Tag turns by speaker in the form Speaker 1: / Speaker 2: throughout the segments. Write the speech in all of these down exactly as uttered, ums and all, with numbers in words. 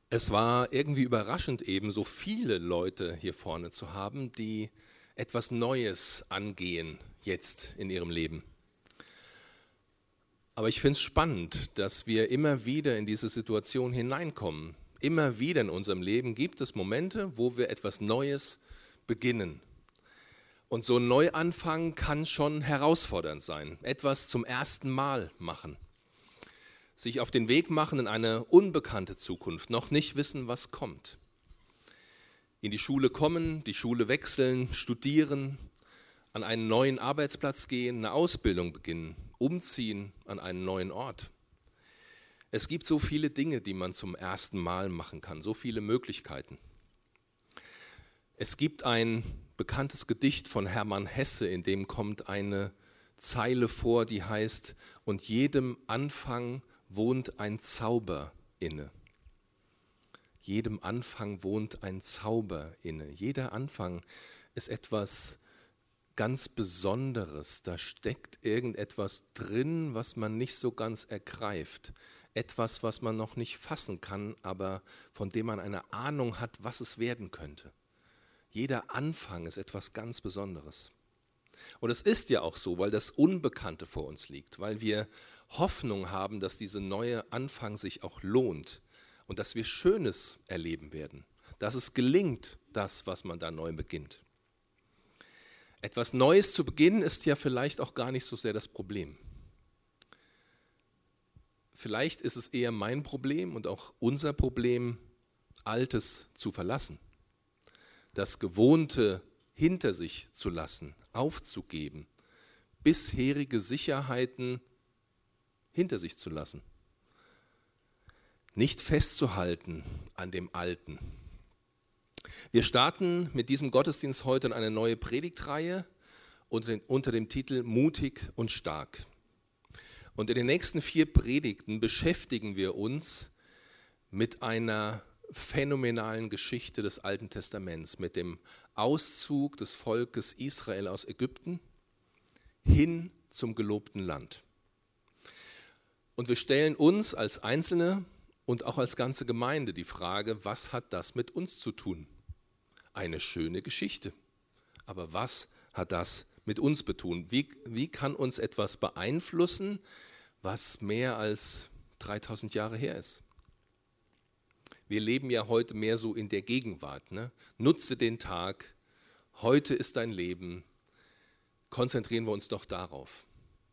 Speaker 1: Es war irgendwie überraschend, eben so viele Leute hier vorne zu haben, die etwas Neues angehen jetzt in ihrem Leben. Aber ich finde es spannend, dass wir immer wieder in diese Situation hineinkommen. Immer wieder in unserem Leben gibt es Momente, wo wir etwas Neues beginnen. Und so ein Neuanfang kann schon herausfordernd sein. Etwas zum ersten Mal machen. Sich auf den Weg machen in eine unbekannte Zukunft, noch nicht wissen, was kommt. In die Schule kommen, die Schule wechseln, studieren, an einen neuen Arbeitsplatz gehen, eine Ausbildung beginnen, umziehen an einen neuen Ort. Es gibt so viele Dinge, die man zum ersten Mal machen kann, so viele Möglichkeiten. Es gibt ein bekanntes Gedicht von Hermann Hesse, in dem kommt eine Zeile vor, die heißt: Und jedem Anfang wohnt ein Zauber inne. Jedem Anfang wohnt ein Zauber inne. Jeder Anfang ist etwas ganz Besonderes. Da steckt irgendetwas drin, was man nicht so ganz ergreift. Etwas, was man noch nicht fassen kann, aber von dem man eine Ahnung hat, was es werden könnte. Jeder Anfang ist etwas ganz Besonderes. Und es ist ja auch so, weil das Unbekannte vor uns liegt, weil wir Hoffnung haben, dass dieser neue Anfang sich auch lohnt und dass wir Schönes erleben werden, dass es gelingt, das, was man da neu beginnt. Etwas Neues zu beginnen ist ja vielleicht auch gar nicht so sehr das Problem. Vielleicht ist es eher mein Problem und auch unser Problem, Altes zu verlassen, das Gewohnte hinter sich zu lassen, aufzugeben, bisherige Sicherheiten hinter sich zu lassen. Nicht festzuhalten an dem Alten. Wir starten mit diesem Gottesdienst heute in eine neue Predigtreihe unter, den, unter dem Titel Mutig und stark. Und in den nächsten vier Predigten beschäftigen wir uns mit einer phänomenalen Geschichte des Alten Testaments, mit dem Auszug des Volkes Israel aus Ägypten hin zum gelobten Land. Und wir stellen uns als Einzelne und auch als ganze Gemeinde die Frage, was hat das mit uns zu tun? Eine schöne Geschichte. Aber was hat das mit uns zu tun? Wie, wie kann uns etwas beeinflussen, was mehr als dreitausend Jahre her ist? Wir leben ja heute mehr so in der Gegenwart. Ne? Nutze den Tag, heute ist dein Leben, konzentrieren wir uns doch darauf.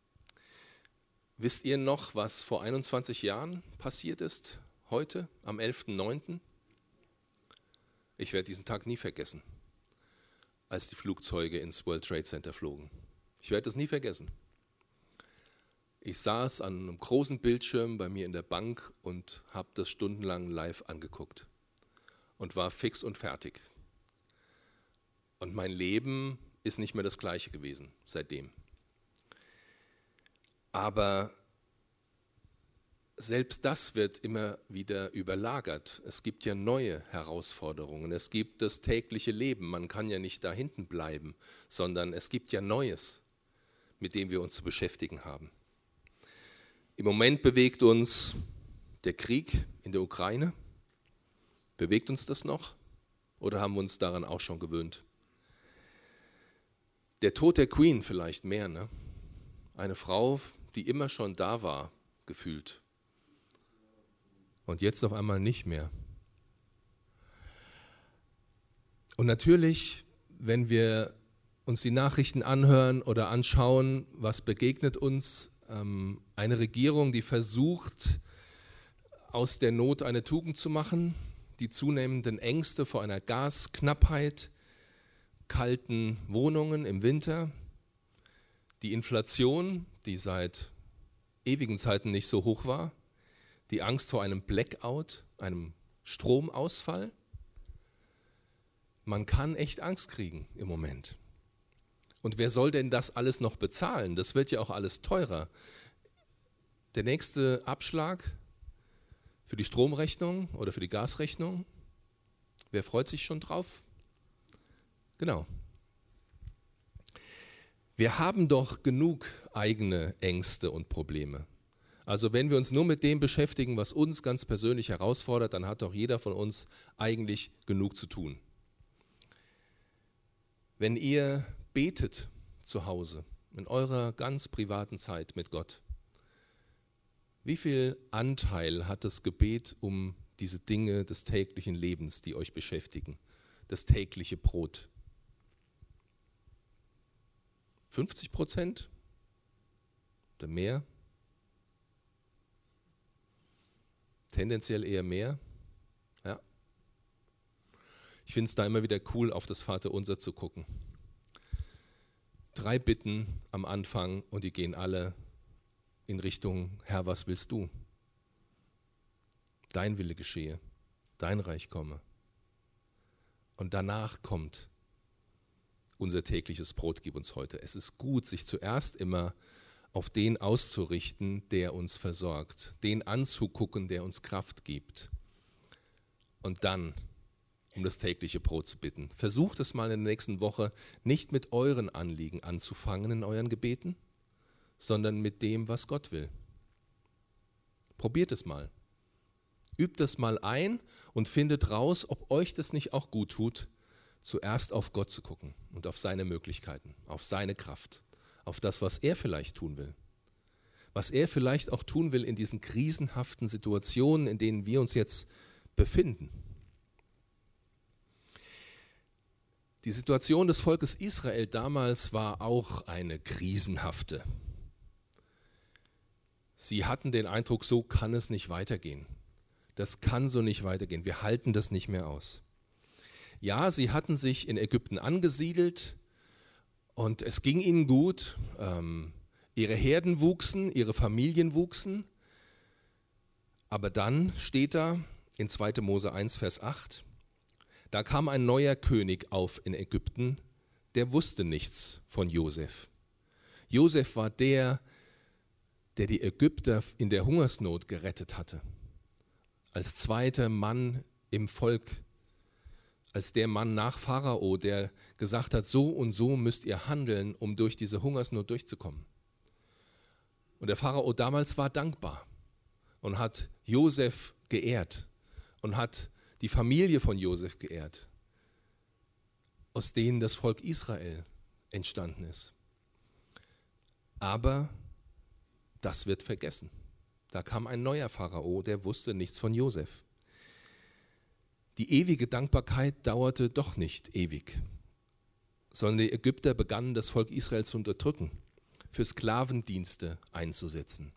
Speaker 1: Wisst ihr noch, was vor einundzwanzig Jahren passiert ist, heute, am elften neunten? Ich werde diesen Tag nie vergessen, als die Flugzeuge ins World Trade Center flogen. Ich werde das nie vergessen. Ich saß an einem großen Bildschirm bei mir in der Bank und habe das stundenlang live angeguckt und war fix und fertig. Und mein Leben ist nicht mehr das gleiche gewesen seitdem. Aber selbst das wird immer wieder überlagert. Es gibt ja neue Herausforderungen. Es gibt das tägliche Leben. Man kann ja nicht da hinten bleiben, sondern es gibt ja Neues, mit dem wir uns zu beschäftigen haben. Im Moment bewegt uns der Krieg in der Ukraine. Bewegt uns das noch? Oder haben wir uns daran auch schon gewöhnt? Der Tod der Queen vielleicht mehr, ne? Eine Frau, die immer schon da war, gefühlt. Und jetzt auf einmal nicht mehr. Und natürlich, wenn wir uns die Nachrichten anhören oder anschauen, was begegnet uns? Ähm, eine Regierung, die versucht, aus der Not eine Tugend zu machen, die zunehmenden Ängste vor einer Gasknappheit, kalten Wohnungen im Winter, die Inflation, die seit ewigen Zeiten nicht so hoch war, die Angst vor einem Blackout, einem Stromausfall. Man kann echt Angst kriegen im Moment. Und wer soll denn das alles noch bezahlen? Das wird ja auch alles teurer. Der nächste Abschlag für die Stromrechnung oder für die Gasrechnung, wer freut sich schon drauf? Genau. Wir haben doch genug eigene Ängste und Probleme. Also wenn wir uns nur mit dem beschäftigen, was uns ganz persönlich herausfordert, dann hat doch jeder von uns eigentlich genug zu tun. Wenn ihr betet zu Hause, in eurer ganz privaten Zeit mit Gott, wie viel Anteil hat das Gebet um diese Dinge des täglichen Lebens, die euch beschäftigen, das tägliche Brot? fünfzig Prozent oder mehr? Tendenziell eher mehr. Ja. Ich finde es da immer wieder cool, auf das Vaterunser zu gucken. Drei Bitten am Anfang und die gehen alle in Richtung, Herr, was willst du? Dein Wille geschehe, dein Reich komme. Und danach kommt, unser tägliches Brot gib uns heute. Es ist gut, sich zuerst immer auf den auszurichten, der uns versorgt, den anzugucken, der uns Kraft gibt. Und dann um das tägliche Brot zu bitten. Versucht es mal in der nächsten Woche nicht mit euren Anliegen anzufangen in euren Gebeten, sondern mit dem, was Gott will. Probiert es mal. Übt es mal ein und findet raus, ob euch das nicht auch gut tut, zuerst auf Gott zu gucken und auf seine Möglichkeiten, auf seine Kraft, auf das, was er vielleicht tun will. Was er vielleicht auch tun will in diesen krisenhaften Situationen, in denen wir uns jetzt befinden. Die Situation des Volkes Israel damals war auch eine krisenhafte. Sie hatten den Eindruck, so kann es nicht weitergehen. Das kann so nicht weitergehen. Wir halten das nicht mehr aus. Ja, sie hatten sich in Ägypten angesiedelt und es ging ihnen gut. Ähm, ihre Herden wuchsen, ihre Familien wuchsen. Aber dann steht da in zweiter Mose eins, Vers acht, da kam ein neuer König auf in Ägypten, der wusste nichts von Josef. Josef war der, der die Ägypter in der Hungersnot gerettet hatte. Als zweiter Mann im Volk, als der Mann nach Pharao, der gesagt hat, so und so müsst ihr handeln, um durch diese Hungersnot durchzukommen. Und der Pharao damals war dankbar und hat Josef geehrt und hat die Familie von Josef geehrt, aus denen das Volk Israel entstanden ist. Aber das wird vergessen. Da kam ein neuer Pharao, der wusste nichts von Josef. Die ewige Dankbarkeit dauerte doch nicht ewig, sondern die Ägypter begannen, das Volk Israel zu unterdrücken, für Sklavendienste einzusetzen.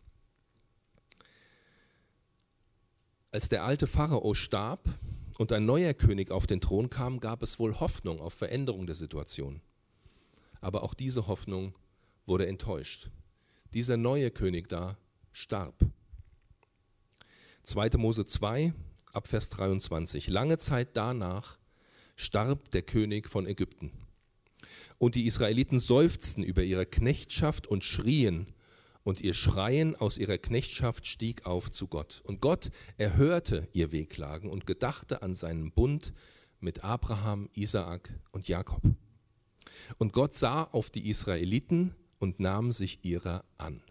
Speaker 1: Als der alte Pharao starb und ein neuer König auf den Thron kam, gab es wohl Hoffnung auf Veränderung der Situation. Aber auch diese Hoffnung wurde enttäuscht. Dieser neue König da starb. zweiter Mose zwei, ab Vers dreiundzwanzig. Lange Zeit danach starb der König von Ägypten. Und die Israeliten seufzten über ihre Knechtschaft und schrien, und ihr Schreien aus ihrer Knechtschaft stieg auf zu Gott. Und Gott erhörte ihr Wehklagen und gedachte an seinen Bund mit Abraham, Isaak und Jakob. Und Gott sah auf die Israeliten und nahm sich ihrer an.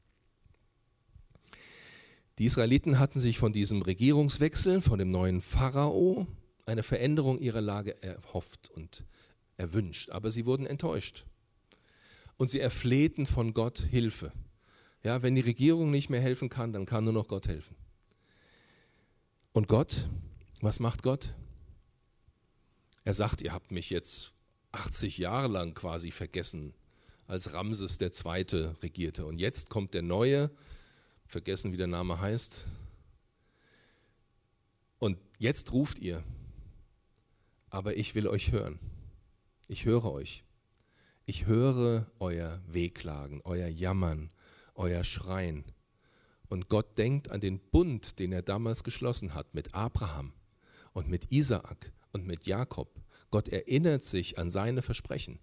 Speaker 1: Die Israeliten hatten sich von diesem Regierungswechsel, von dem neuen Pharao, eine Veränderung ihrer Lage erhofft und erwünscht. Aber sie wurden enttäuscht. Und sie erflehten von Gott Hilfe. Ja, wenn die Regierung nicht mehr helfen kann, dann kann nur noch Gott helfen. Und Gott, was macht Gott? Er sagt, ihr habt mich jetzt achtzig Jahre lang quasi vergessen, als Ramses der Zweite regierte. Und jetzt kommt der Neue, vergessen wie der Name heißt. Und jetzt ruft ihr, aber ich will euch hören. Ich höre euch. Ich höre euer Wehklagen, euer Jammern, euer Schreien. Und Gott denkt an den Bund, den er damals geschlossen hat mit Abraham und mit Isaak und mit Jakob. Gott erinnert sich an seine Versprechen.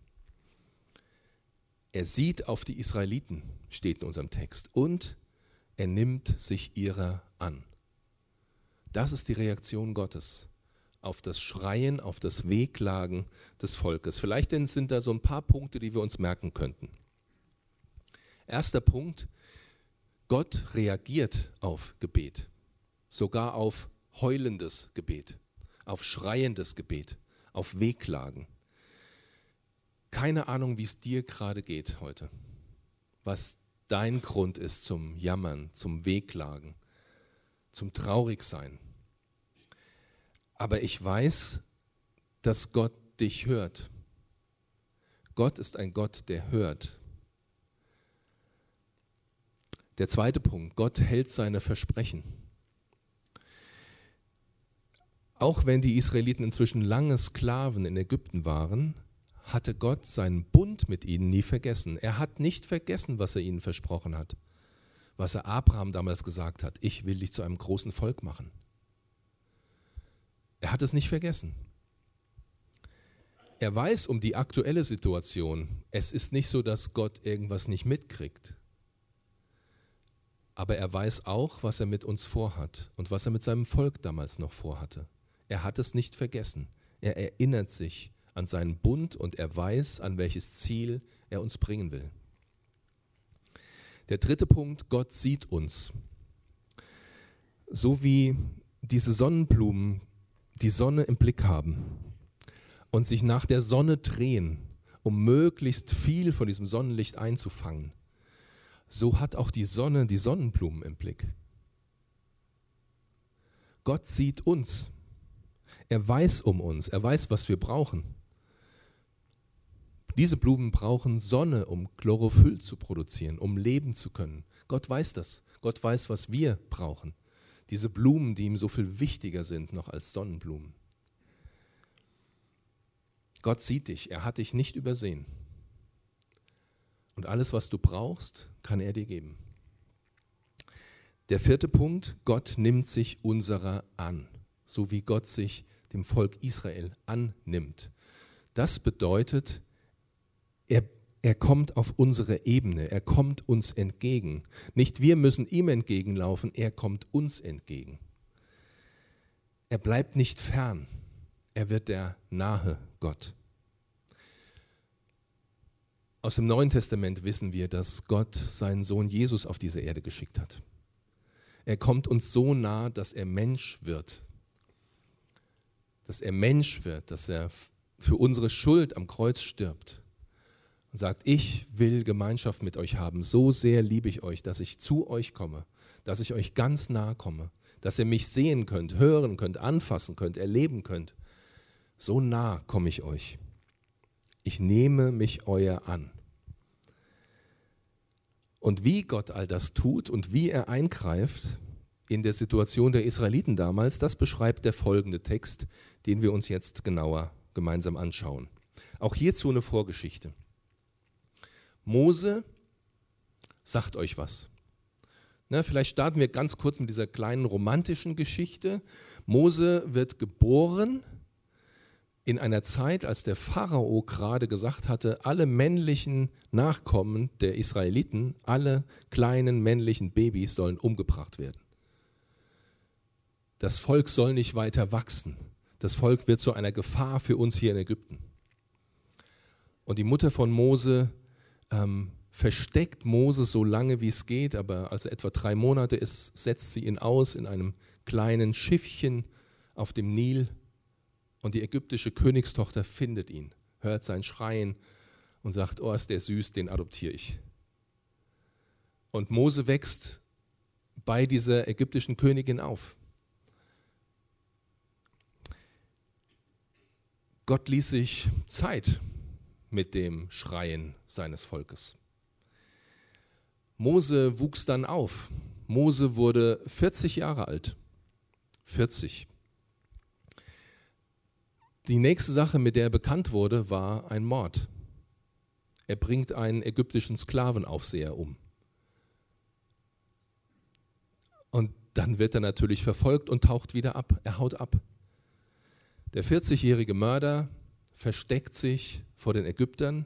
Speaker 1: Er sieht auf die Israeliten, steht in unserem Text, und er nimmt sich ihrer an. Das ist die Reaktion Gottes auf das Schreien, auf das Wehklagen des Volkes. Vielleicht sind da so ein paar Punkte, die wir uns merken könnten. Erster Punkt: Gott reagiert auf Gebet, sogar auf heulendes Gebet, auf schreiendes Gebet, auf Wehklagen. Keine Ahnung, wie es dir gerade geht heute, was dein Grund ist zum Jammern, zum Wehklagen, zum Traurigsein. Aber ich weiß, dass Gott dich hört. Gott ist ein Gott, der hört. Der zweite Punkt, Gott hält seine Versprechen. Auch wenn die Israeliten inzwischen lange Sklaven in Ägypten waren, hatte Gott seinen Bund mit ihnen nie vergessen. Er hat nicht vergessen, was er ihnen versprochen hat, was er Abraham damals gesagt hat: Ich will dich zu einem großen Volk machen. Er hat es nicht vergessen. Er weiß um die aktuelle Situation. Es ist nicht so, dass Gott irgendwas nicht mitkriegt. Aber er weiß auch, was er mit uns vorhat und was er mit seinem Volk damals noch vorhatte. Er hat es nicht vergessen. Er erinnert sich an seinen Bund und er weiß, an welches Ziel er uns bringen will. Der dritte Punkt, Gott sieht uns. So wie diese Sonnenblumen die Sonne im Blick haben und sich nach der Sonne drehen, um möglichst viel von diesem Sonnenlicht einzufangen, so hat auch die Sonne die Sonnenblumen im Blick. Gott sieht uns. Er weiß um uns. Er weiß, was wir brauchen. Diese Blumen brauchen Sonne, um Chlorophyll zu produzieren, um leben zu können. Gott weiß das. Gott weiß, was wir brauchen. Diese Blumen, die ihm so viel wichtiger sind noch als Sonnenblumen. Gott sieht dich. Er hat dich nicht übersehen. Und alles, was du brauchst, kann er dir geben. Der vierte Punkt, Gott nimmt sich unserer an, so wie Gott sich dem Volk Israel annimmt. Das bedeutet, er, er kommt auf unsere Ebene, er kommt uns entgegen. Nicht wir müssen ihm entgegenlaufen, er kommt uns entgegen. Er bleibt nicht fern, er wird der nahe Gott. Aus dem Neuen Testament wissen wir, dass Gott seinen Sohn Jesus auf diese Erde geschickt hat. Er kommt uns so nah, dass er Mensch wird. Dass er Mensch wird, dass er für unsere Schuld am Kreuz stirbt und sagt: Ich will Gemeinschaft mit euch haben. So sehr liebe ich euch, dass ich zu euch komme, dass ich euch ganz nah komme, dass ihr mich sehen könnt, hören könnt, anfassen könnt, erleben könnt. So nah komme ich euch. Ich nehme mich euer an. Und wie Gott all das tut und wie er eingreift in der Situation der Israeliten damals, das beschreibt der folgende Text, den wir uns jetzt genauer gemeinsam anschauen. Auch hierzu eine Vorgeschichte. Mose sagt euch was. Na, vielleicht starten wir ganz kurz mit dieser kleinen romantischen Geschichte. Mose wird geboren in einer Zeit, als der Pharao gerade gesagt hatte, alle männlichen Nachkommen der Israeliten, alle kleinen männlichen Babys sollen umgebracht werden. Das Volk soll nicht weiter wachsen. Das Volk wird zu einer Gefahr für uns hier in Ägypten. Und die Mutter von Mose ähm, versteckt Mose so lange, wie es geht, aber als er etwa drei Monate ist, setzt sie ihn aus in einem kleinen Schiffchen auf dem Nil. Und die ägyptische Königstochter findet ihn, hört sein Schreien und sagt: Oh, ist der süß, den adoptiere ich. Und Mose wächst bei dieser ägyptischen Königin auf. Gott ließ sich Zeit mit dem Schreien seines Volkes. Mose wuchs dann auf. Mose wurde vierzig Jahre alt. vierzig. Die nächste Sache, mit der er bekannt wurde, war ein Mord. Er bringt einen ägyptischen Sklavenaufseher um. Und dann wird er natürlich verfolgt und taucht wieder ab. Er haut ab. Der vierzigjährige Mörder versteckt sich vor den Ägyptern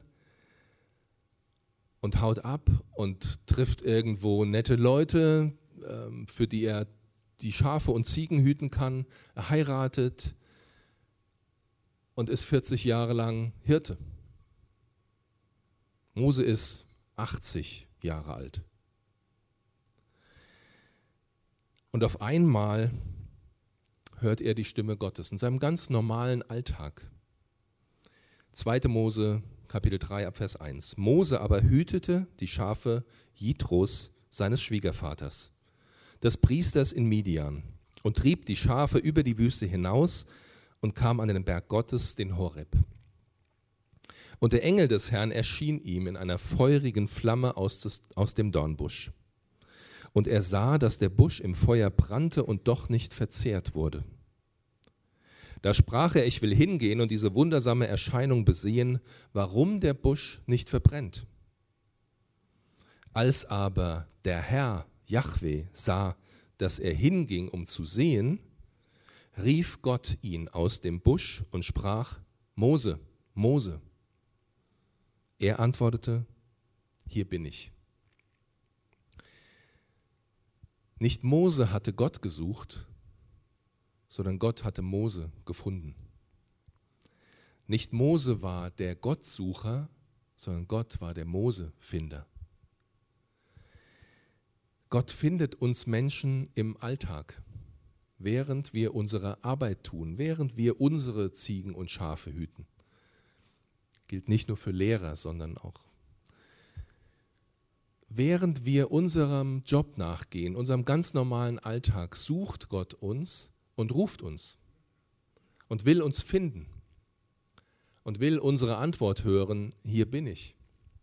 Speaker 1: und haut ab und trifft irgendwo nette Leute, für die er die Schafe und Ziegen hüten kann. Er heiratet und ist vierzig Jahre lang Hirte. Mose ist achtzig Jahre alt. Und auf einmal hört er die Stimme Gottes in seinem ganz normalen Alltag. zweiter Mose, Kapitel drei, Abvers eins. Mose aber hütete die Schafe Jitros, seines Schwiegervaters, des Priesters in Midian, und trieb die Schafe über die Wüste hinaus und kam an den Berg Gottes, den Horeb. Und der Engel des Herrn erschien ihm in einer feurigen Flamme aus, des, aus dem Dornbusch. Und er sah, dass der Busch im Feuer brannte und doch nicht verzehrt wurde. Da sprach er, ich will hingehen und diese wundersame Erscheinung besehen, warum der Busch nicht verbrennt. Als aber der Herr, Jahwe, sah, dass er hinging, um zu sehen, rief Gott ihn aus dem Busch und sprach, Mose, Mose. Er antwortete, hier bin ich. Nicht Mose hatte Gott gesucht, sondern Gott hatte Mose gefunden. Nicht Mose war der Gottsucher, sondern Gott war der Mosefinder. Gott findet uns Menschen im Alltag, während wir unsere Arbeit tun, während wir unsere Ziegen und Schafe hüten. Gilt nicht nur für Lehrer, sondern auch während wir unserem Job nachgehen, unserem ganz normalen Alltag, sucht Gott uns und ruft uns und will uns finden und will unsere Antwort hören, hier bin ich.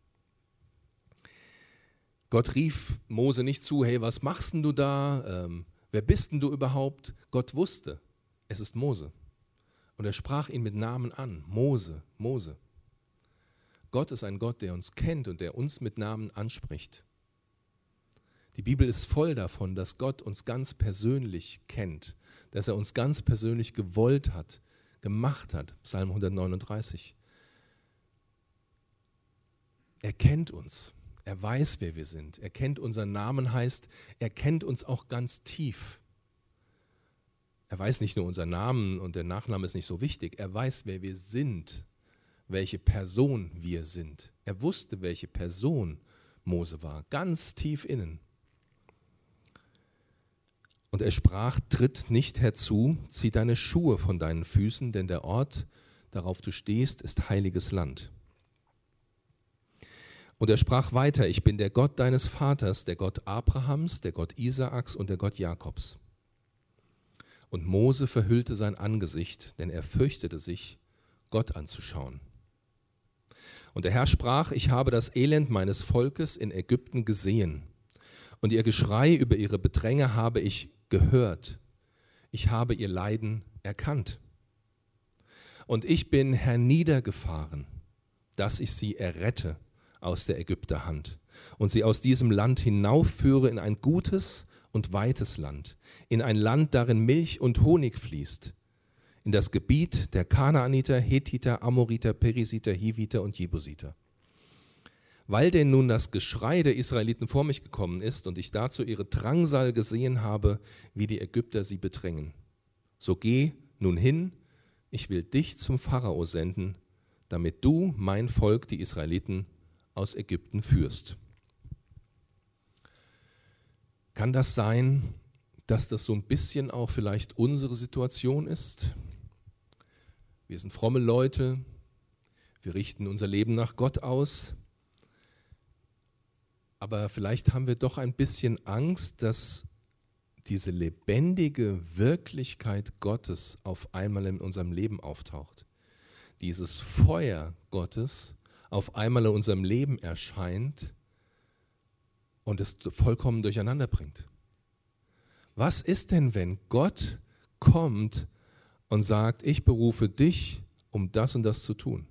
Speaker 1: Gott rief Mose nicht zu, hey, was machst denn du da? Ähm, wer bist denn du überhaupt? Gott wusste, es ist Mose. Und er sprach ihn mit Namen an, Mose, Mose. Gott ist ein Gott, der uns kennt und der uns mit Namen anspricht. Die Bibel ist voll davon, dass Gott uns ganz persönlich kennt, dass er uns ganz persönlich gewollt hat, gemacht hat. Psalm hundertneununddreißig. Er kennt uns, er weiß, wer wir sind, er kennt unseren Namen, heißt, er kennt uns auch ganz tief. Er weiß nicht nur unseren Namen und der Nachname ist nicht so wichtig, er weiß, wer wir sind, welche Person wir sind. Er wusste, welche Person Mose war, ganz tief innen. Und er sprach, tritt nicht herzu, zieh deine Schuhe von deinen Füßen, denn der Ort, darauf du stehst, ist heiliges Land. Und er sprach weiter, ich bin der Gott deines Vaters, der Gott Abrahams, der Gott Isaaks und der Gott Jakobs. Und Mose verhüllte sein Angesicht, denn er fürchtete sich, Gott anzuschauen. Und der Herr sprach, ich habe das Elend meines Volkes in Ägypten gesehen und ihr Geschrei über ihre Bedränge habe ich gehört. Ich habe ihr Leiden erkannt. Und ich bin herniedergefahren, dass ich sie errette aus der Ägypter Hand und sie aus diesem Land hinaufführe in ein gutes und weites Land, in ein Land, darin Milch und Honig fließt, in das Gebiet der Kanaaniter, Hethiter, Amoriter, Perisiter, Hiviter und Jebusiter. Weil denn nun das Geschrei der Israeliten vor mich gekommen ist und ich dazu ihre Drangsal gesehen habe, wie die Ägypter sie bedrängen, so geh nun hin, ich will dich zum Pharao senden, damit du mein Volk, die Israeliten, aus Ägypten führst. Kann das sein, dass das so ein bisschen auch vielleicht unsere Situation ist? Wir sind fromme Leute, wir richten unser Leben nach Gott aus, aber vielleicht haben wir doch ein bisschen Angst, dass diese lebendige Wirklichkeit Gottes auf einmal in unserem Leben auftaucht. Dieses Feuer Gottes auf einmal in unserem Leben erscheint und es vollkommen durcheinander bringt. Was ist denn, wenn Gott kommt und sagt, ich berufe dich, um das und das zu tun?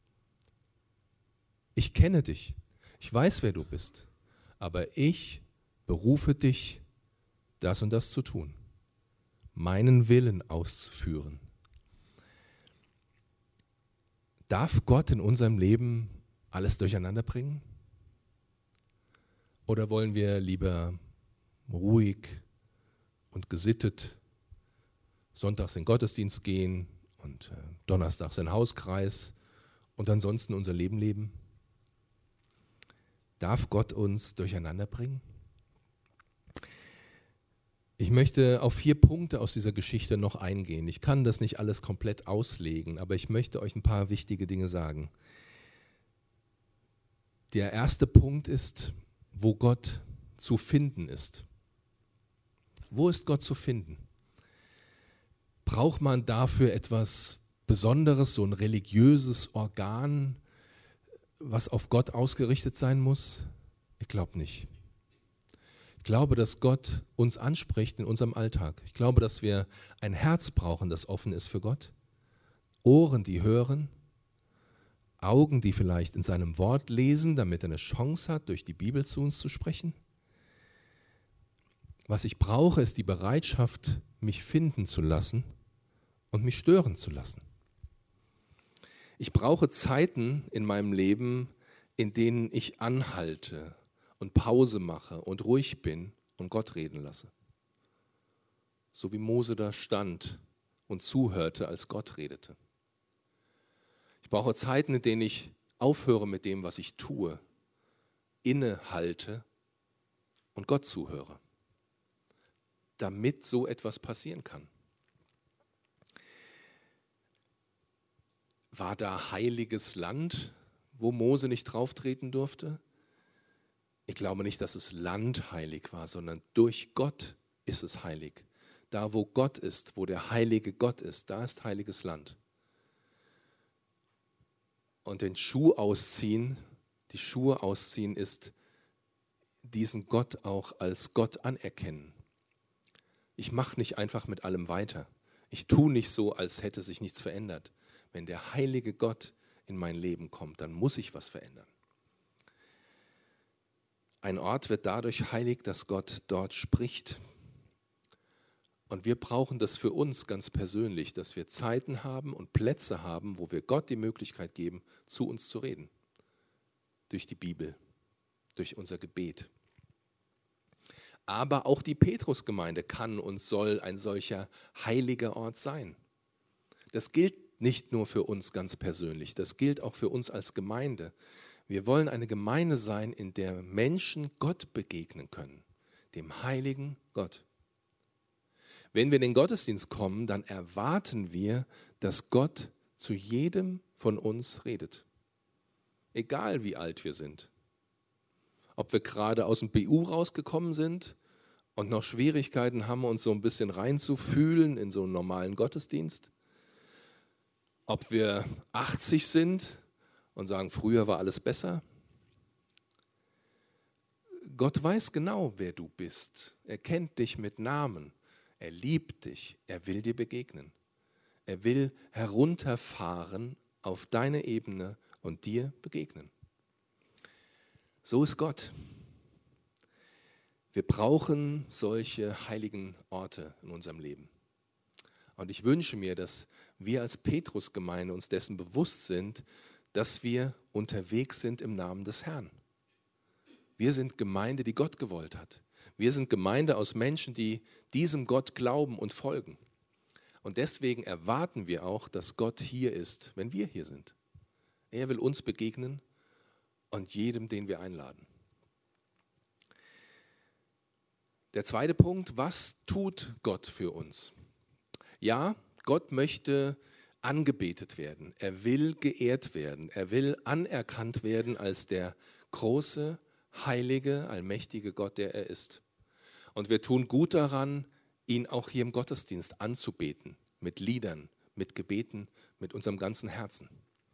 Speaker 1: Ich kenne dich, ich weiß, wer du bist, aber ich berufe dich, das und das zu tun, meinen Willen auszuführen. Darf Gott in unserem Leben alles durcheinander bringen? Oder wollen wir lieber ruhig und gesittet sonntags in den Gottesdienst gehen und äh, donnerstags in den Hauskreis und ansonsten unser Leben leben? Darf Gott uns durcheinander bringen? Ich möchte auf vier Punkte aus dieser Geschichte noch eingehen. Ich kann das nicht alles komplett auslegen, aber ich möchte euch ein paar wichtige Dinge sagen. Der erste Punkt ist, wo Gott zu finden ist. Wo ist Gott zu finden? Braucht man dafür etwas Besonderes, so ein religiöses Organ, was auf Gott ausgerichtet sein muss? Ich glaube nicht. Ich glaube, dass Gott uns anspricht in unserem Alltag. Ich glaube, dass wir ein Herz brauchen, das offen ist für Gott, Ohren, die hören, Augen, die vielleicht in seinem Wort lesen, damit er eine Chance hat, durch die Bibel zu uns zu sprechen. Was ich brauche, ist die Bereitschaft, mich finden zu lassen und mich stören zu lassen. Ich brauche Zeiten in meinem Leben, in denen ich anhalte und Pause mache und ruhig bin und Gott reden lasse. So wie Mose da stand und zuhörte, als Gott redete. Ich brauche Zeiten, in denen ich aufhöre mit dem, was ich tue, innehalte und Gott zuhöre, damit so etwas passieren kann. War da heiliges Land, wo Mose nicht drauftreten durfte? Ich glaube nicht, dass es Land heilig war, sondern durch Gott ist es heilig. Da, wo Gott ist, wo der heilige Gott ist, da ist heiliges Land. Und den Schuh ausziehen, die Schuhe ausziehen, ist diesen Gott auch als Gott anerkennen. Ich mache nicht einfach mit allem weiter. Ich tue nicht so, als hätte sich nichts verändert. Wenn der heilige Gott in mein Leben kommt, dann muss ich was verändern. Ein Ort wird dadurch heilig, dass Gott dort spricht. Und wir brauchen das für uns ganz persönlich, dass wir Zeiten haben und Plätze haben, wo wir Gott die Möglichkeit geben, zu uns zu reden. Durch die Bibel, durch unser Gebet. Aber auch die Petrusgemeinde kann und soll ein solcher heiliger Ort sein. Das gilt nicht nur für uns ganz persönlich, das gilt auch für uns als Gemeinde. Wir wollen eine Gemeinde sein, in der Menschen Gott begegnen können, dem heiligen Gott. Wenn wir in den Gottesdienst kommen, dann erwarten wir, dass Gott zu jedem von uns redet. Egal wie alt wir sind. Ob wir gerade aus dem B U rausgekommen sind und noch Schwierigkeiten haben, uns so ein bisschen reinzufühlen in so einen normalen Gottesdienst. Ob wir achtzig sind und sagen, früher war alles besser. Gott weiß genau, wer du bist. Er kennt dich mit Namen. Er liebt dich. Er will dir begegnen. Er will herunterfahren auf deine Ebene und dir begegnen. So ist Gott. Wir brauchen solche heiligen Orte in unserem Leben. Und ich wünsche mir, dass wir als Petrusgemeinde uns dessen bewusst sind, dass wir unterwegs sind im Namen des Herrn. Wir sind Gemeinde, die Gott gewollt hat. Wir sind Gemeinde aus Menschen, die diesem Gott glauben und folgen. Und deswegen erwarten wir auch, dass Gott hier ist, wenn wir hier sind. Er will uns begegnen und jedem, den wir einladen. Der zweite Punkt, was tut Gott für uns? Ja, Gott möchte angebetet werden. Er will geehrt werden. Er will anerkannt werden als der große, heilige, allmächtige Gott, der er ist. Und wir tun gut daran, ihn auch hier im Gottesdienst anzubeten, mit Liedern, mit Gebeten, mit unserem ganzen Herzen.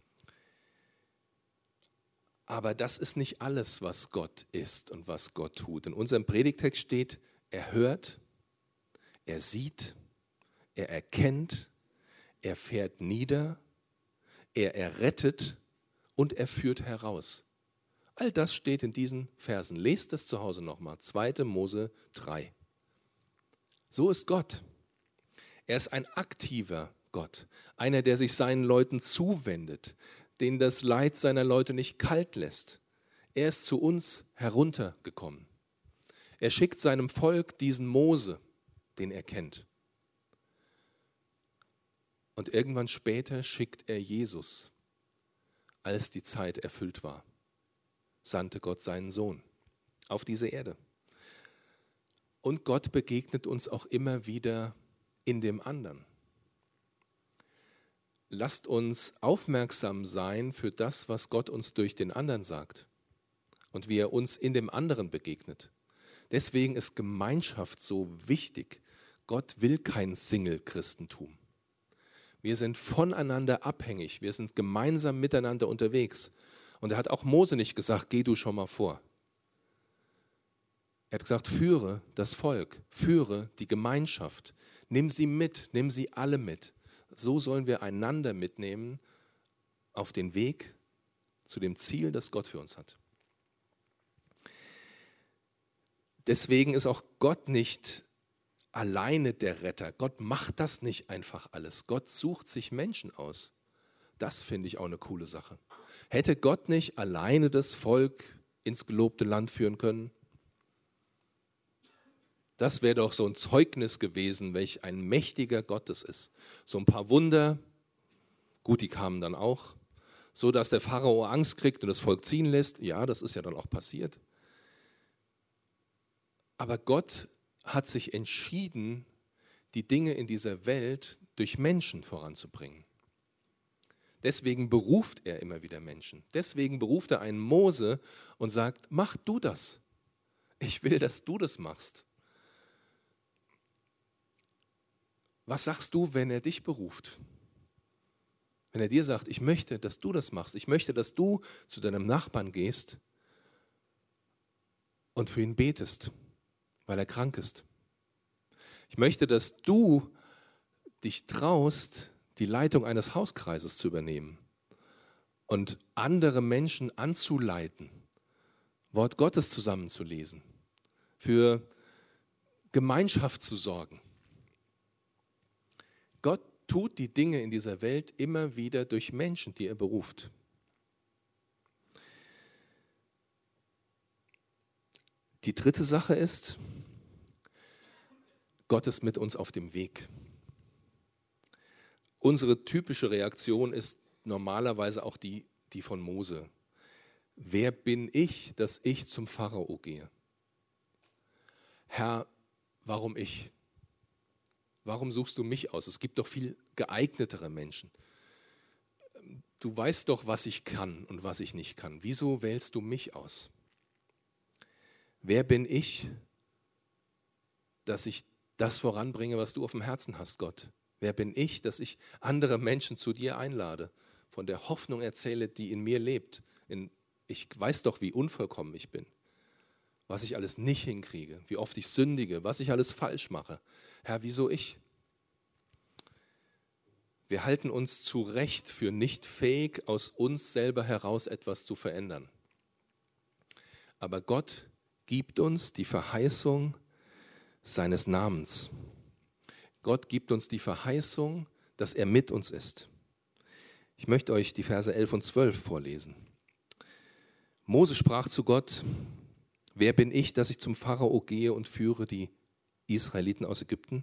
Speaker 1: Aber das ist nicht alles, was Gott ist und was Gott tut. In unserem Predigtext steht, er hört, er sieht, er erkennt, er fährt nieder, er errettet und er führt heraus. All das steht in diesen Versen. Lest das zu Hause nochmal. zweiter Mose drei. So ist Gott. Er ist ein aktiver Gott. Einer, der sich seinen Leuten zuwendet, den das Leid seiner Leute nicht kalt lässt. Er ist zu uns heruntergekommen. Er schickt seinem Volk diesen Mose, den er kennt. Und irgendwann später schickt er Jesus, als die Zeit erfüllt war. Sandte Gott seinen Sohn auf diese Erde. Und Gott begegnet uns auch immer wieder in dem anderen. Lasst uns aufmerksam sein für das, was Gott uns durch den anderen sagt und wie er uns in dem anderen begegnet. Deswegen ist Gemeinschaft so wichtig. Gott will kein Single-Christentum. Wir sind voneinander abhängig, wir sind gemeinsam miteinander unterwegs. Und er hat auch Mose nicht gesagt, geh du schon mal vor. Er hat gesagt, führe das Volk, führe die Gemeinschaft, nimm sie mit, nimm sie alle mit. So sollen wir einander mitnehmen auf den Weg zu dem Ziel, das Gott für uns hat. Deswegen ist auch Gott nicht alleine der Retter. Gott macht das nicht einfach alles. Gott sucht sich Menschen aus. Das finde ich auch eine coole Sache. Hätte Gott nicht alleine das Volk ins gelobte Land führen können? Das wäre doch so ein Zeugnis gewesen, welch ein mächtiger Gott es ist. So ein paar Wunder, gut, die kamen dann auch, so dass der Pharao Angst kriegt und das Volk ziehen lässt. Ja, das ist ja dann auch passiert. Aber Gott hat sich entschieden, die Dinge in dieser Welt durch Menschen voranzubringen. Deswegen beruft er immer wieder Menschen. Deswegen beruft er einen Mose und sagt, mach du das. Ich will, dass du das machst. Was sagst du, wenn er dich beruft? Wenn er dir sagt, ich möchte, dass du das machst. Ich möchte, dass du zu deinem Nachbarn gehst und für ihn betest, weil er krank ist. Ich möchte, dass du dich traust, die Leitung eines Hauskreises zu übernehmen und andere Menschen anzuleiten, Wort Gottes zusammenzulesen, für Gemeinschaft zu sorgen. Gott tut die Dinge in dieser Welt immer wieder durch Menschen, die er beruft. Die dritte Sache ist, Gott ist mit uns auf dem Weg. Unsere typische Reaktion ist normalerweise auch die, die von Mose. Wer bin ich, dass ich zum Pharao gehe? Herr, warum ich? Warum suchst du mich aus? Es gibt doch viel geeignetere Menschen. Du weißt doch, was ich kann und was ich nicht kann. Wieso wählst du mich aus? Wer bin ich, dass ich das voranbringe, was du auf dem Herzen hast, Gott? Wer bin ich, dass ich andere Menschen zu dir einlade, von der Hoffnung erzähle, die in mir lebt? In, ich weiß doch, wie unvollkommen ich bin, was ich alles nicht hinkriege, wie oft ich sündige, was ich alles falsch mache. Herr, wieso ich? Wir halten uns zu Recht für nicht fähig, aus uns selber heraus etwas zu verändern. Aber Gott gibt uns die Verheißung seines Namens. Gott gibt uns die Verheißung, dass er mit uns ist. Ich möchte euch die Verse elf und zwölf vorlesen. Mose sprach zu Gott, wer bin ich, dass ich zum Pharao gehe und führe die Israeliten aus Ägypten?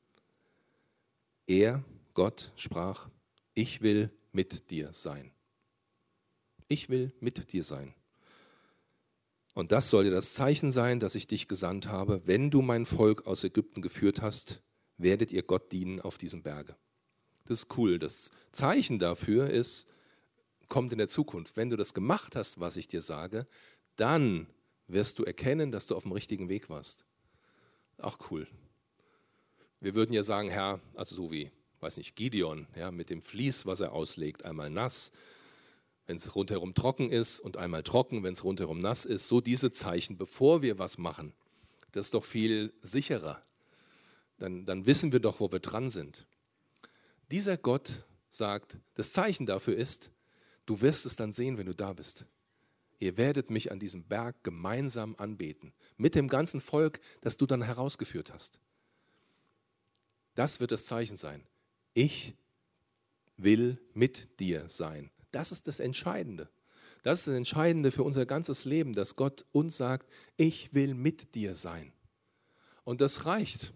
Speaker 1: Er, Gott, sprach, ich will mit dir sein. Ich will mit dir sein. Und das soll dir das Zeichen sein, dass ich dich gesandt habe. Wenn du mein Volk aus Ägypten geführt hast, werdet ihr Gott dienen auf diesem Berge. Das ist cool. Das Zeichen dafür ist, kommt in der Zukunft. Wenn du das gemacht hast, was ich dir sage, dann wirst du erkennen, dass du auf dem richtigen Weg warst. Auch cool. Wir würden ja sagen, Herr, also so wie, weiß nicht, Gideon, ja, mit dem Vlies, was er auslegt, einmal nass, wenn es rundherum trocken ist und einmal trocken, wenn es rundherum nass ist. So diese Zeichen, bevor wir was machen, das ist doch viel sicherer. Dann, dann wissen wir doch, wo wir dran sind. Dieser Gott sagt, das Zeichen dafür ist, du wirst es dann sehen, wenn du da bist. Ihr werdet mich an diesem Berg gemeinsam anbeten, mit dem ganzen Volk, das du dann herausgeführt hast. Das wird das Zeichen sein. Ich will mit dir sein. Das ist das Entscheidende. Das ist das Entscheidende für unser ganzes Leben, dass Gott uns sagt, ich will mit dir sein. Und das reicht.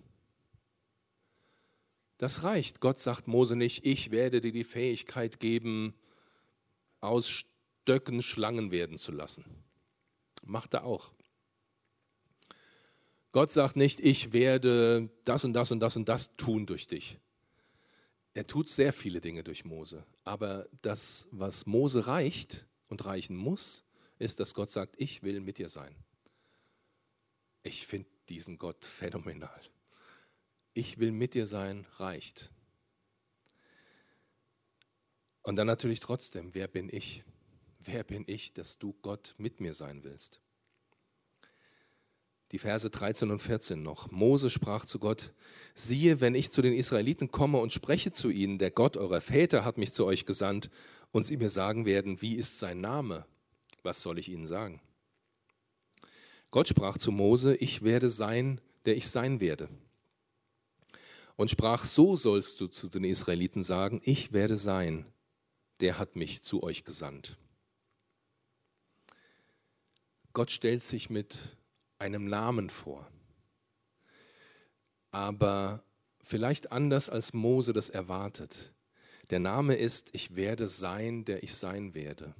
Speaker 1: Das reicht. Gott sagt Mose nicht, ich werde dir die Fähigkeit geben, aus Stöcken Schlangen werden zu lassen. Macht er auch. Gott sagt nicht, ich werde das und das und das und das tun durch dich. Er tut sehr viele Dinge durch Mose. Aber das, was Mose reicht und reichen muss, ist, dass Gott sagt, ich will mit dir sein. Ich finde diesen Gott phänomenal. Ich will mit dir sein, reicht. Und dann natürlich trotzdem, wer bin ich? Wer bin ich, dass du Gott mit mir sein willst? Die Verse dreizehn und vierzehn noch. Mose sprach zu Gott, siehe, wenn ich zu den Israeliten komme und spreche zu ihnen, der Gott eurer Väter hat mich zu euch gesandt, und sie mir sagen werden, wie ist sein Name? Was soll ich ihnen sagen? Gott sprach zu Mose, ich werde sein, der ich sein werde. Und sprach, so sollst du zu den Israeliten sagen, ich werde sein, der hat mich zu euch gesandt. Gott stellt sich mit einem Namen vor, aber vielleicht anders als Mose das erwartet. Der Name ist, ich werde sein, der ich sein werde.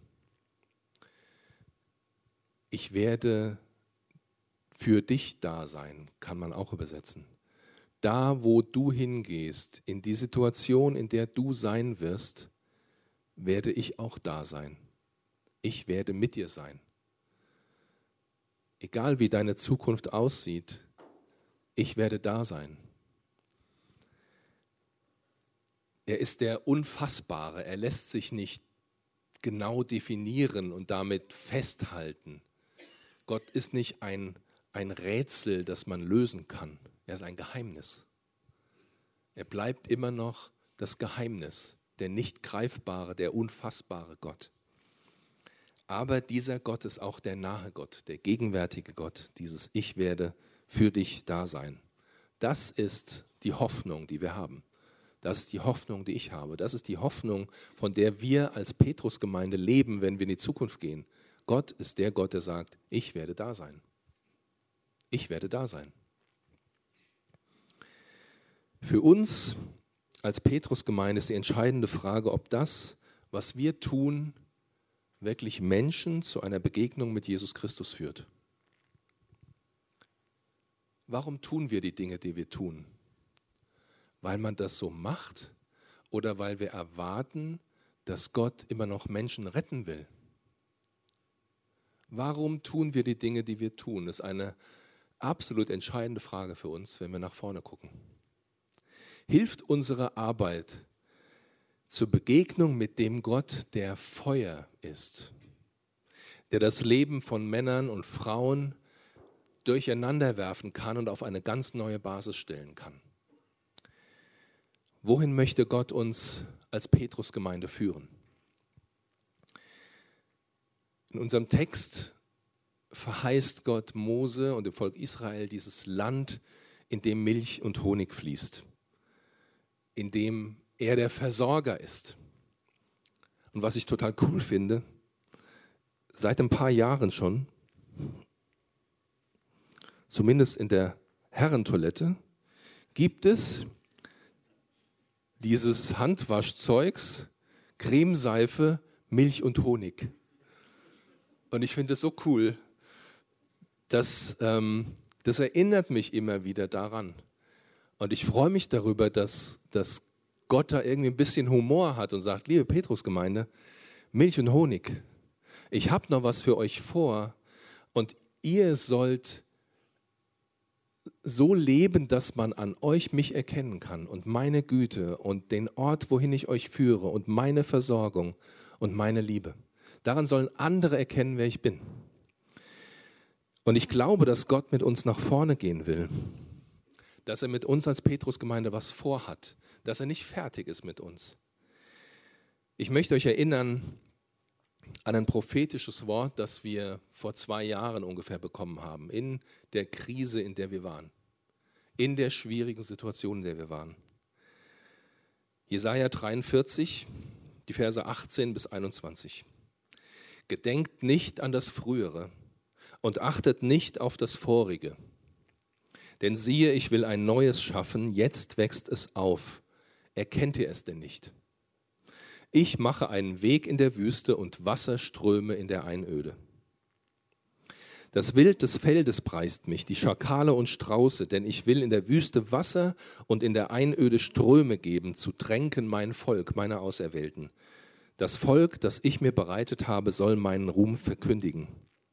Speaker 1: Ich werde für dich da sein, kann man auch übersetzen. Da, wo du hingehst, in die Situation, in der du sein wirst, werde ich auch da sein. Ich werde mit dir sein. Egal wie deine Zukunft aussieht, ich werde da sein. Er ist der Unfassbare. Er lässt sich nicht genau definieren und damit festhalten. Gott ist nicht ein, ein Rätsel, das man lösen kann. Er ist ein Geheimnis. Er bleibt immer noch das Geheimnis, der nicht greifbare, der unfassbare Gott. Aber dieser Gott ist auch der nahe Gott, der gegenwärtige Gott, dieses Ich werde für dich da sein. Das ist die Hoffnung, die wir haben. Das ist die Hoffnung, die ich habe. Das ist die Hoffnung, von der wir als Petrusgemeinde leben, wenn wir in die Zukunft gehen. Gott ist der Gott, der sagt, ich werde da sein. Ich werde da sein. Für uns als Petrusgemeinde ist die entscheidende Frage, ob das, was wir tun, wirklich Menschen zu einer Begegnung mit Jesus Christus führt. Warum tun wir die Dinge, die wir tun? Weil man das so macht oder weil wir erwarten, dass Gott immer noch Menschen retten will? Warum tun wir die Dinge, die wir tun? Das ist eine absolut entscheidende Frage für uns, wenn wir nach vorne gucken. Hilft unsere Arbeit zur Begegnung mit dem Gott, der Feuer ist, der das Leben von Männern und Frauen durcheinander werfen kann und auf eine ganz neue Basis stellen kann? Wohin möchte Gott uns als Petrusgemeinde führen? In unserem Text verheißt Gott Mose und dem Volk Israel dieses Land, in dem Milch und Honig fließt, in dem er der Versorger ist. Und was ich total cool finde, seit ein paar Jahren schon, zumindest in der Herrentoilette, gibt es dieses Handwaschzeugs, Cremeseife, Milch und Honig. Und ich finde es so cool, dass, ähm, das erinnert mich immer wieder daran. Und ich freue mich darüber, dass, dass Gott da irgendwie ein bisschen Humor hat und sagt, liebe Petrusgemeinde, Milch und Honig, ich habe noch was für euch vor und ihr sollt so leben, dass man an euch mich erkennen kann und meine Güte und den Ort, wohin ich euch führe und meine Versorgung und meine Liebe. Daran sollen andere erkennen, wer ich bin. Und ich glaube, dass Gott mit uns nach vorne gehen will, dass er mit uns als Petrusgemeinde was vorhat, dass er nicht fertig ist mit uns. Ich möchte euch erinnern an ein prophetisches Wort, das wir vor zwei Jahren ungefähr bekommen haben, in der Krise, in der wir waren, in der schwierigen Situation, in der wir waren. Jesaja dreiundvierzig, die Verse achtzehn bis einundzwanzig. Gedenkt nicht an das Frühere und achtet nicht auf das Vorige. Denn siehe, ich will ein Neues schaffen, jetzt wächst es auf. Erkennt ihr es denn nicht? Ich mache einen Weg in der Wüste und Wasserströme in der Einöde. Das Wild des Feldes preist mich, die Schakale und Strauße, denn ich will in der Wüste Wasser und in der Einöde Ströme geben, zu tränken mein Volk, meine Auserwählten. Das Volk, das ich mir bereitet habe, soll meinen Ruhm verkündigen.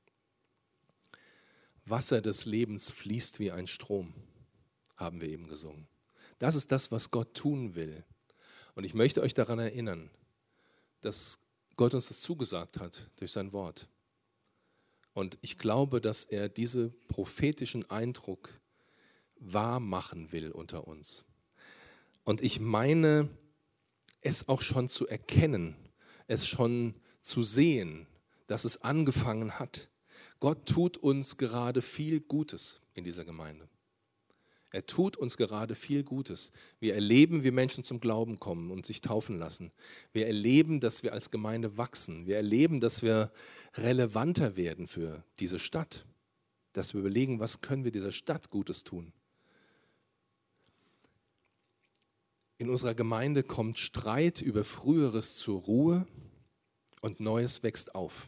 Speaker 1: Wasser des Lebens fließt wie ein Strom, haben wir eben gesungen. Das ist das, was Gott tun will. Und ich möchte euch daran erinnern, dass Gott uns das zugesagt hat durch sein Wort. Und ich glaube, dass er diesen prophetischen Eindruck wahr machen will unter uns. Und ich meine, es auch schon zu erkennen, es schon zu sehen, dass es angefangen hat. Gott tut uns gerade viel Gutes in dieser Gemeinde. Er tut uns gerade viel Gutes. Wir erleben, wie Menschen zum Glauben kommen und sich taufen lassen. Wir erleben, dass wir als Gemeinde wachsen. Wir erleben, dass wir relevanter werden für diese Stadt. Dass wir überlegen, was können wir dieser Stadt Gutes tun. In unserer Gemeinde kommt Streit über Früheres zur Ruhe und Neues wächst auf.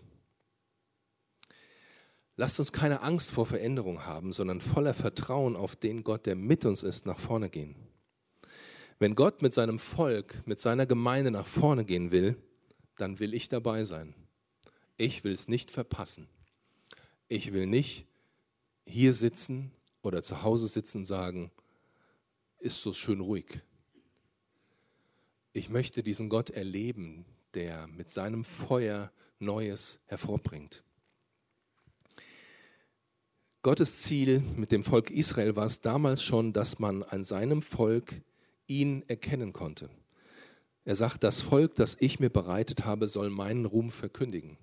Speaker 1: Lasst uns keine Angst vor Veränderung haben, sondern voller Vertrauen auf den Gott, der mit uns ist, nach vorne gehen. Wenn Gott mit seinem Volk, mit seiner Gemeinde nach vorne gehen will, dann will ich dabei sein. Ich will es nicht verpassen. Ich will nicht hier sitzen oder zu Hause sitzen und sagen, ist so schön ruhig. Ich möchte diesen Gott erleben, der mit seinem Feuer Neues hervorbringt. Gottes Ziel mit dem Volk Israel war es damals schon, dass man an seinem Volk ihn erkennen konnte. Er sagt, das Volk, das ich mir bereitet habe, soll meinen Ruhm verkündigen.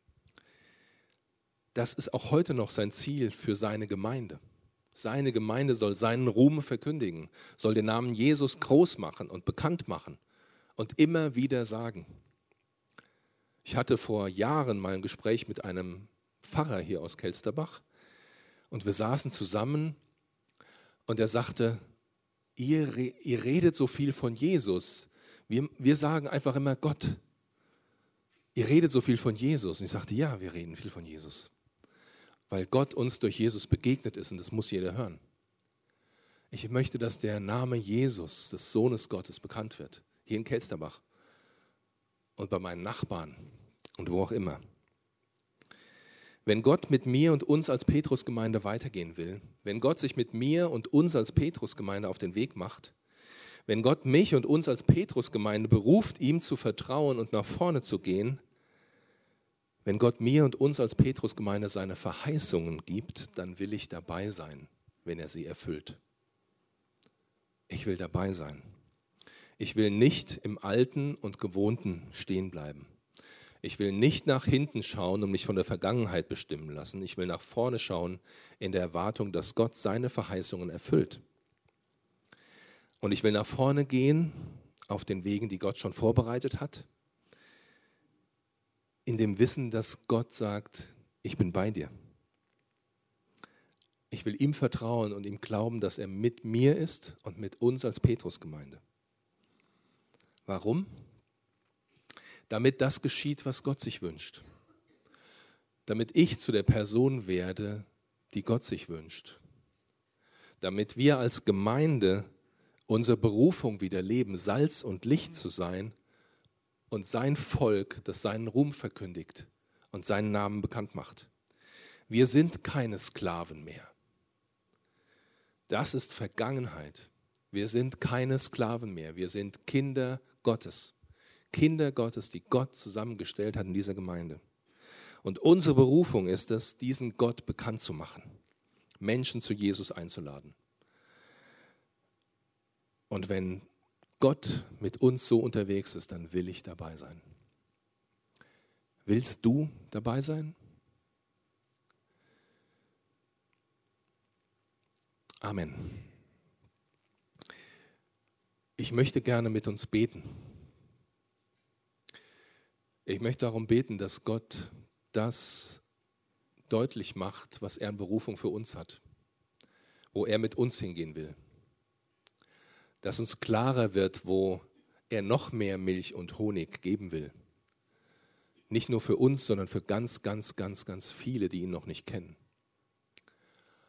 Speaker 1: Das ist auch heute noch sein Ziel für seine Gemeinde. Seine Gemeinde soll seinen Ruhm verkündigen, soll den Namen Jesus groß machen und bekannt machen und immer wieder sagen. Ich hatte vor Jahren mal ein Gespräch mit einem Pfarrer hier aus Kelsterbach. Und wir saßen zusammen und er sagte, ihr, ihr redet so viel von Jesus. Wir, wir sagen einfach immer Gott. Ihr redet so viel von Jesus. Und ich sagte, ja, wir reden viel von Jesus. Weil Gott uns durch Jesus begegnet ist und das muss jeder hören. Ich möchte, dass der Name Jesus, des Sohnes Gottes, bekannt wird. Hier in Kelsterbach und bei meinen Nachbarn und wo auch immer. Wenn Gott mit mir und uns als Petrusgemeinde weitergehen will, wenn Gott sich mit mir und uns als Petrusgemeinde auf den Weg macht, wenn Gott mich und uns als Petrusgemeinde beruft, ihm zu vertrauen und nach vorne zu gehen, wenn Gott mir und uns als Petrusgemeinde seine Verheißungen gibt, dann will ich dabei sein, wenn er sie erfüllt. Ich will dabei sein. Ich will nicht im Alten und Gewohnten stehen bleiben. Ich will nicht nach hinten schauen und mich von der Vergangenheit bestimmen lassen. Ich will nach vorne schauen in der Erwartung, dass Gott seine Verheißungen erfüllt. Und ich will nach vorne gehen auf den Wegen, die Gott schon vorbereitet hat, in dem Wissen, dass Gott sagt, ich bin bei dir. Ich will ihm vertrauen und ihm glauben, dass er mit mir ist und mit uns als Petrusgemeinde. Warum? Damit das geschieht, was Gott sich wünscht. Damit ich zu der Person werde, die Gott sich wünscht. Damit wir als Gemeinde unsere Berufung wieder leben, Salz und Licht zu sein und sein Volk, das seinen Ruhm verkündigt und seinen Namen bekannt macht. Wir sind keine Sklaven mehr. Das ist Vergangenheit. Wir sind keine Sklaven mehr. Wir sind Kinder Gottes. Kinder Gottes, die Gott zusammengestellt hat in dieser Gemeinde. Und unsere Berufung ist es, diesen Gott bekannt zu machen, Menschen zu Jesus einzuladen. Und wenn Gott mit uns so unterwegs ist, dann will ich dabei sein. Willst du dabei sein? Amen. Ich möchte gerne mit uns beten. Ich möchte darum beten, dass Gott das deutlich macht, was er an Berufung für uns hat, wo er mit uns hingehen will. Dass uns klarer wird, wo er noch mehr Milch und Honig geben will. Nicht nur für uns, sondern für ganz, ganz, ganz, ganz viele, die ihn noch nicht kennen.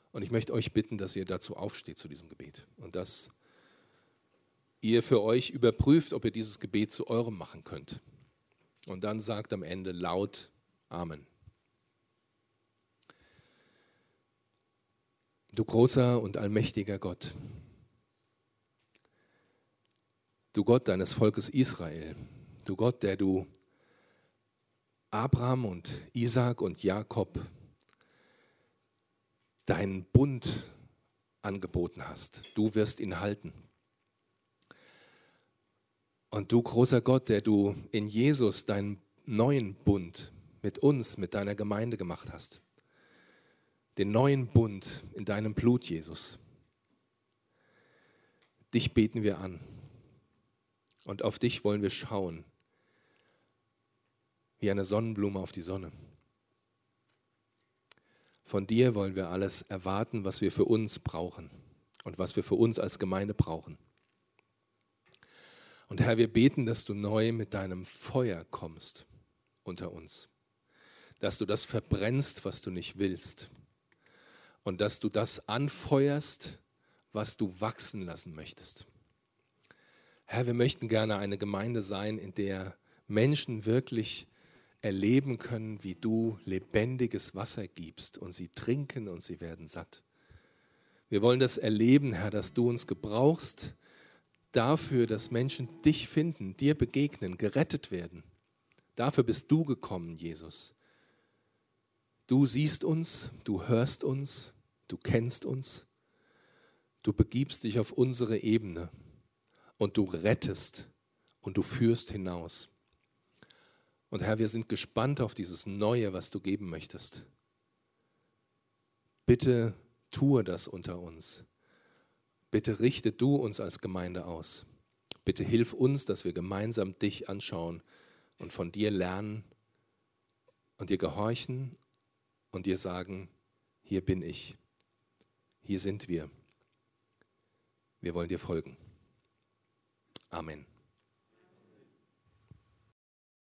Speaker 1: Und ich möchte euch bitten, dass ihr dazu aufsteht zu diesem Gebet und dass ihr für euch überprüft, ob ihr dieses Gebet zu eurem machen könnt. Und dann sagt am Ende laut Amen. Du großer und allmächtiger Gott, du Gott deines Volkes Israel, du Gott, der du Abraham und Isaak und Jakob deinen Bund angeboten hast. Du wirst ihn halten. Und du großer Gott, der du in Jesus deinen neuen Bund mit uns, mit deiner Gemeinde gemacht hast. Den neuen Bund in deinem Blut, Jesus. Dich beten wir an. Und auf dich wollen wir schauen, wie eine Sonnenblume auf die Sonne. Von dir wollen wir alles erwarten, was wir für uns brauchen und was wir für uns als Gemeinde brauchen. Und Herr, wir beten, dass du neu mit deinem Feuer kommst unter uns, dass du das verbrennst, was du nicht willst und dass du das anfeuerst, was du wachsen lassen möchtest. Herr, wir möchten gerne eine Gemeinde sein, in der Menschen wirklich erleben können, wie du lebendiges Wasser gibst und sie trinken und sie werden satt. Wir wollen das erleben, Herr, dass du uns gebrauchst dafür, dass Menschen dich finden, dir begegnen, gerettet werden. Dafür bist du gekommen, Jesus. Du siehst uns, du hörst uns, du kennst uns, du begibst dich auf unsere Ebene und du rettest und du führst hinaus. Und Herr, wir sind gespannt auf dieses Neue, was du geben möchtest. Bitte tue das unter uns. Bitte richte du uns als Gemeinde aus. Bitte hilf uns, dass wir gemeinsam dich anschauen und von dir lernen und dir gehorchen und dir sagen, hier bin ich, hier sind wir. Wir wollen dir folgen. Amen.